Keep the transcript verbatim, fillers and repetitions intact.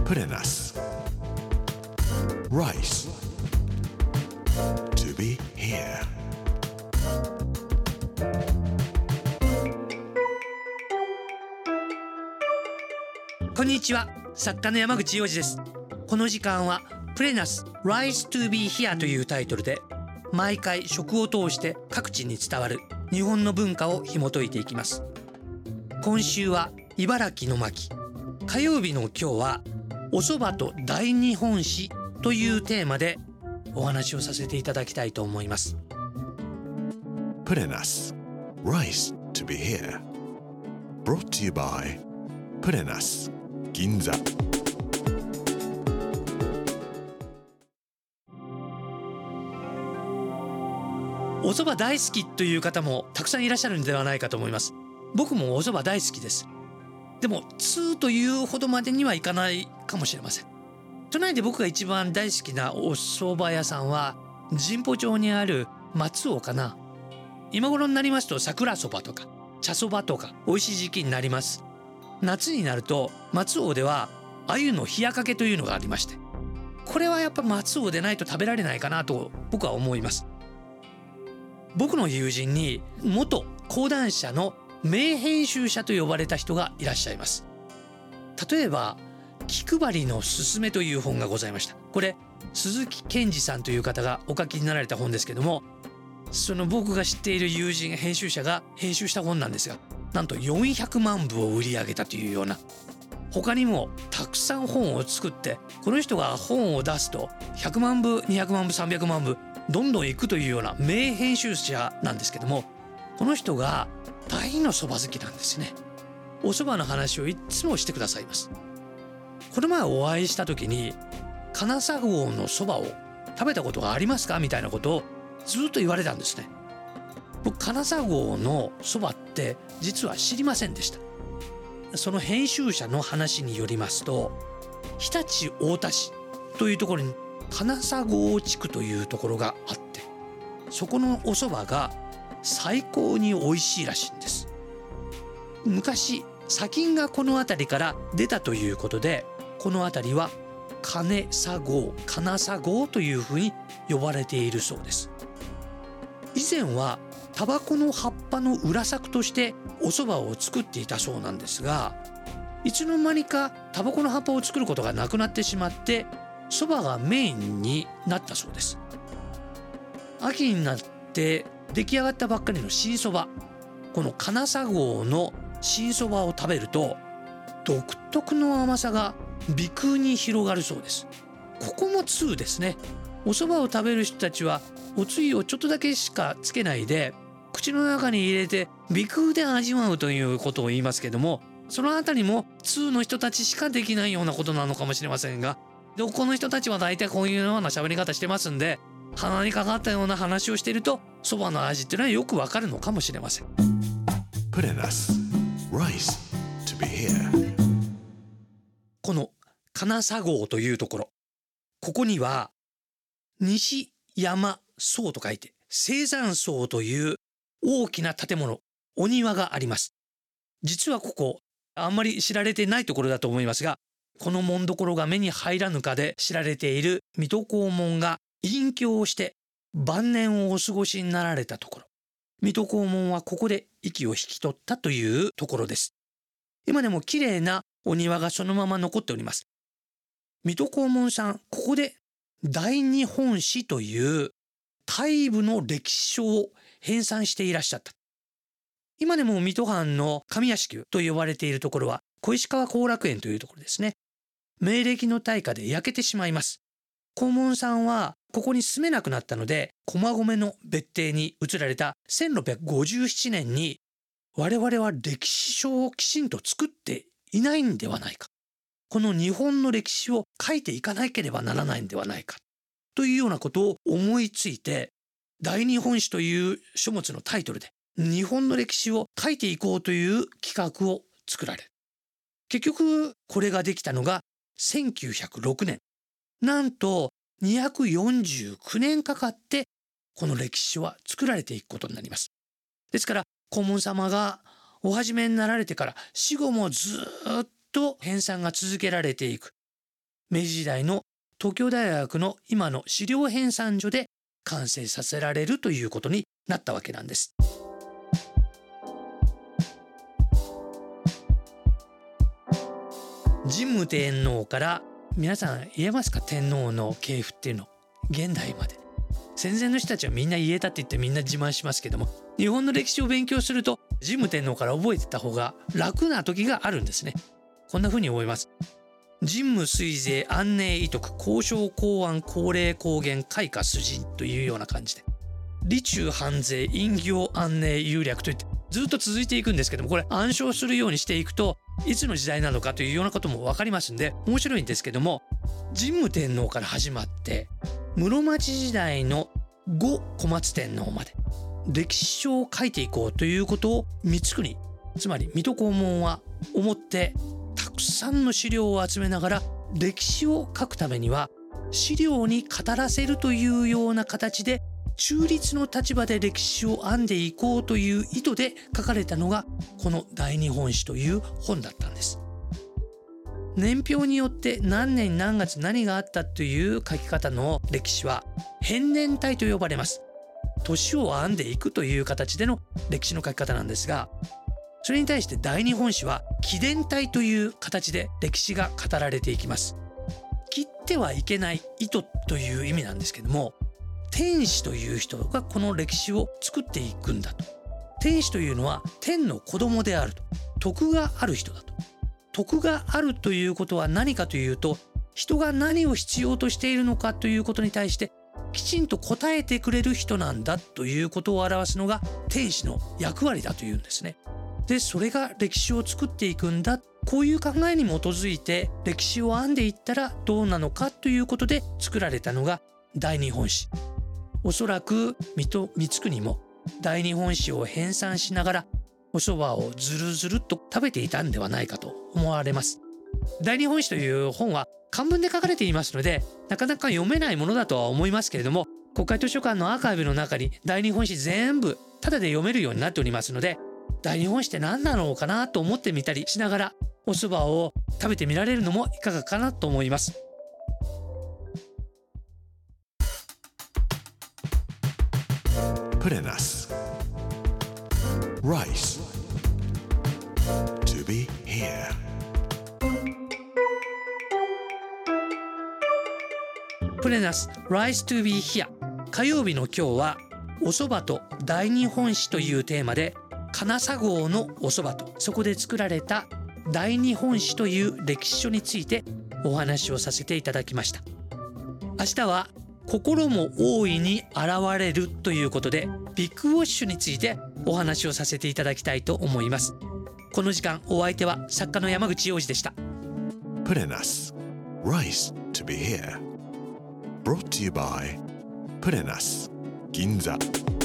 Put in us rice to be here. こんにちは、作家の山口洋二です。この時間はプレナス Rise to be here というタイトルで、毎回食を通して各地に伝わる日本の文化を紐解いていきます。今週は茨城の巻、火曜日の今日はお蕎麦と大日本史というテーマでお話をさせていただきたいと思います。 Put in us rice to be here. Brought to you by Put in us 銀座。 お蕎麦大好きという方もたくさんいらっしゃるんではないかと思います。僕もお蕎麦大好きです。でも通というほどまでにはいかないかもしれません。都内で僕が一番大好きなお蕎麦屋さんは神保町にある松尾かな。今頃になりますと桜そばとか茶そばとか美味しい時期になります。夏になると松尾では鮎の冷やかけというのがありまして、これはやっぱ松尾でないと食べられないかなと僕は思います。僕の友人に元講談社の名編集者と呼ばれた人がいらっしゃいます。例えば気配りのすすめという本がございました。これ鈴木健二さんという方がお書きになられた本ですけども、その僕が知っている友人編集者が編集した本なんですが、なんとよんひゃくまんぶを売り上げたというような、他にもたくさん本を作って、この人が本を出すとひゃくまんぶ、にひゃくまんぶ、さんびゃくまんぶどんどんいくというような名編集者なんですけども、この人が大のそば好きなんですね。お蕎麦の話をいつもしてくださいます。この前お会いした時に、金砂郷のそばを食べたことがありますかみたいなことをずっと言われたんですね。僕金砂郷のそばって実は知りませんでした。その編集者の話によりますと、日立太田市というところに金砂郷地区というところがあって、そこのお蕎麦が最高に美味しいらしいんです。昔砂金がこの辺りから出たということで、この辺りは金砂郷、金砂郷というふうに呼ばれているそうです。以前はタバコの葉っぱの裏作としてお蕎麦を作っていたそうなんですが、いつの間にかタバコの葉っぱを作ることがなくなってしまって、蕎麦がメインになったそうです。秋になって出来上がったばっかりの新蕎麦、この金砂郷の新蕎麦を食べると独特の甘さが鼻腔に広がるそうです。ここも通ですね。お蕎麦を食べる人たちはおつゆをちょっとだけしかつけないで口の中に入れて鼻腔で味わうということを言いますけども、そのあたりも通の人たちしかできないようなことなのかもしれませんが、どこの人たちは大体こういうような喋り方してますんで、鼻にかかったような話をしていると蕎麦の味っていうのはよくわかるのかもしれません。 Put in us rice to be here. この金砂郷というところ、ここには西山荘と書いて青山荘という大きな建物、お庭があります。実はここあんまり知られてないところだと思いますが、この門所が目に入らぬかで知られている水戸黄門が隠居をして晩年をお過ごしになられたところ、水戸黄門はここで息を引き取ったというところです。今でも綺麗なお庭がそのまま残っております。水戸黄門さん、ここで大日本史という大部の歴史書を編纂していらっしゃった。今でも水戸藩の上屋敷と呼ばれているところは小石川後楽園というところですね。明暦の大火で焼けてしまいます。黄門さんはここに住めなくなったので、駒込の別邸に移られたせんろっぴゃくごじゅうななねんに、我々は歴史書をきちんと作っていないんではないか、この日本の歴史を書いていかなければならないんではないかというようなことを思いついて、大日本史という書物のタイトルで日本の歴史を書いていこうという企画を作られる。結局これができたのがせんきゅうひゃくろくねん。なんとにひゃくよんじゅうきゅうねんかかってこの歴史書は作られていくことになります。ですから黄門様がお始めになられてから死後もずっと編纂が続けられていく。 明治時代の東京大学の今の資料編纂所で完成させられるということになったわけなんです。神武天皇から皆さん言えますか、天皇の系譜っていうの現代まで。戦前の人たちはみんな言えたって言ってみんな自慢しますけども、日本の歴史を勉強すると神武天皇から覚えてた方が楽な時があるんですね。こんな風に思います。神武水税安寧遺徳交渉公安高齢公言開花崇神というような感じで、李中藩税隠行安寧有略といってずっと続いていくんですけども、これ暗唱するようにしていくといつの時代なのかというようなことも分かりますんで面白いんですけども、神武天皇から始まって室町時代の後小松天皇まで歴史書を書いていこうということを光圀、つまり水戸黄門は思って、たくさんの資料を集めながら歴史を書くためには資料に語らせるというような形で中立の立場で歴史を編んでいこうという意図で書かれたのがこの大日本史という本だったんです。年表によって何年何月何があったという書き方の歴史は変年体と呼ばれます。年を編んでいくという形での歴史の書き方なんですが、それに対して大日本史は紀伝体という形で歴史が語られていきます。切ってはいけない糸という意味なんですけども、天子という人がこの歴史を作っていくんだと。天子というのは天の子供であると、徳がある人だと。徳があるということは何かというと、人が何を必要としているのかということに対してきちんと答えてくれる人なんだということを表すのが天子の役割だというんですね。で、それが歴史を作っていくんだ、こういう考えに基づいて歴史を編んでいったらどうなのかということで作られたのが大日本史。おそらく水戸光圀も大日本史を編纂しながらお蕎麦をずるずるっと食べていたんではないかと思われます。大日本史という本は漢文で書かれていますのでなかなか読めないものだとは思いますけれども、国会図書館のアーカイブの中に大日本史全部タダで読めるようになっておりますので、大日本史って何なのかなと思ってみたりしながらお蕎麦を食べてみられるのもいかがかなと思います。 プレナス Rice to be here。 プレナス Rice to be here。 火曜日の今日はお蕎麦と大日本史というテーマで、金砂郷のお蕎麦とそこで作られた大日本史という歴史書についてお話をさせていただきました。明日は心も大いに現れるということでビッグウォッシュについてお話をさせていただきたいと思います。この時間お相手は作家の山口洋二でした。 プレナス Rice to be here。 Brought to you by プレナス銀座。